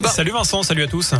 Salut Vincent, salut à tous.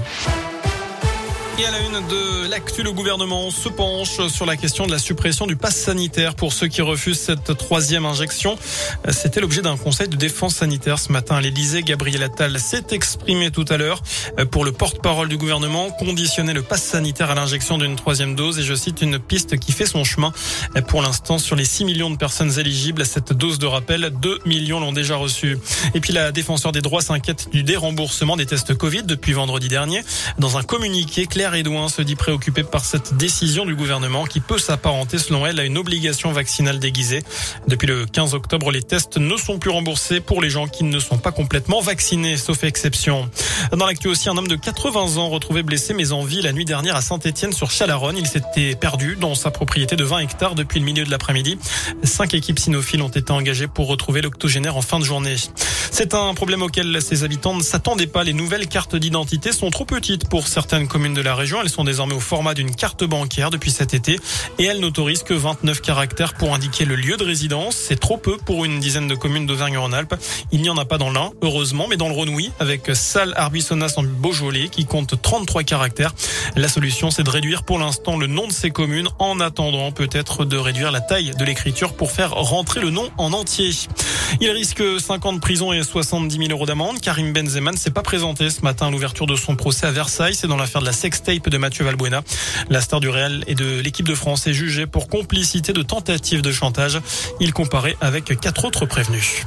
Et à la une de l'actu, le gouvernement se penche sur la question de la suppression du pass sanitaire pour ceux qui refusent cette troisième injection. C'était l'objet d'un conseil de défense sanitaire ce matin à l'Élysée. Gabriel Attal s'est exprimé tout à l'heure pour le porte-parole du gouvernement, conditionner le pass sanitaire à l'injection d'une troisième dose. Et je cite, une piste qui fait son chemin. Pour l'instant, sur les 6 millions de personnes éligibles à cette dose de rappel, 2 millions l'ont déjà reçue. Et puis la défenseure des droits s'inquiète du déremboursement des tests Covid depuis vendredi dernier. Dans un communiqué, Claire Edouin se dit préoccupée par cette décision du gouvernement qui peut s'apparenter selon elle à une obligation vaccinale déguisée. Depuis le 15 octobre, les tests ne sont plus remboursés pour les gens qui ne sont pas complètement vaccinés, sauf exception. Dans l'actu aussi, un homme de 80 ans retrouvé blessé mais en vie la nuit dernière à Saint-Étienne sur Chalaronne. Il s'était perdu dans sa propriété de 20 hectares depuis le milieu de l'après-midi. 5 équipes cynophiles ont été engagées pour retrouver l'octogénaire en fin de journée. C'est un problème auquel ses habitants ne s'attendaient pas. Les nouvelles cartes d'identité sont trop petites pour certaines communes de la région. Elles sont désormais au format d'une carte bancaire depuis cet été et elles n'autorisent que 29 caractères pour indiquer le lieu de résidence. C'est trop peu pour une dizaine de communes d'Auvergne-Rhône-Alpes. Il n'y en a pas dans l'Ain, heureusement, mais dans le Rhône, oui, avec Salles-Arbissonnas en Beaujolais qui compte 33 caractères. La solution, c'est de réduire pour l'instant le nom de ces communes en attendant peut-être de réduire la taille de l'écriture pour faire rentrer le nom en entier. Il risque 5 ans de prison et 70 000 euros d'amende. Karim Benzema ne s'est pas présenté ce matin à l'ouverture de son procès à Versailles. C'est dans l'affaire de la sextape de Mathieu Valbuena. La star du Real et de l'équipe de France est jugée pour complicité de tentative de chantage. Il comparait avec 4 autres prévenus.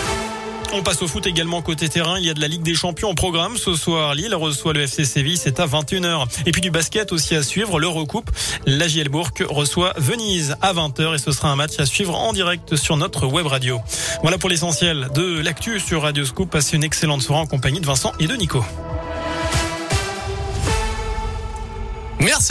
On passe au foot également côté terrain. Il y a de la Ligue des Champions au programme. Ce soir, Lille reçoit le FC Séville. C'est à 21h. Et puis du basket aussi à suivre. L'Eurocoupe. La JL Bourg reçoit Venise à 20h. Et ce sera un match à suivre en direct sur notre web radio. Voilà pour l'essentiel de l'actu sur Radio Scoop. Passez une excellente soirée en compagnie de Vincent et de Nico. Merci.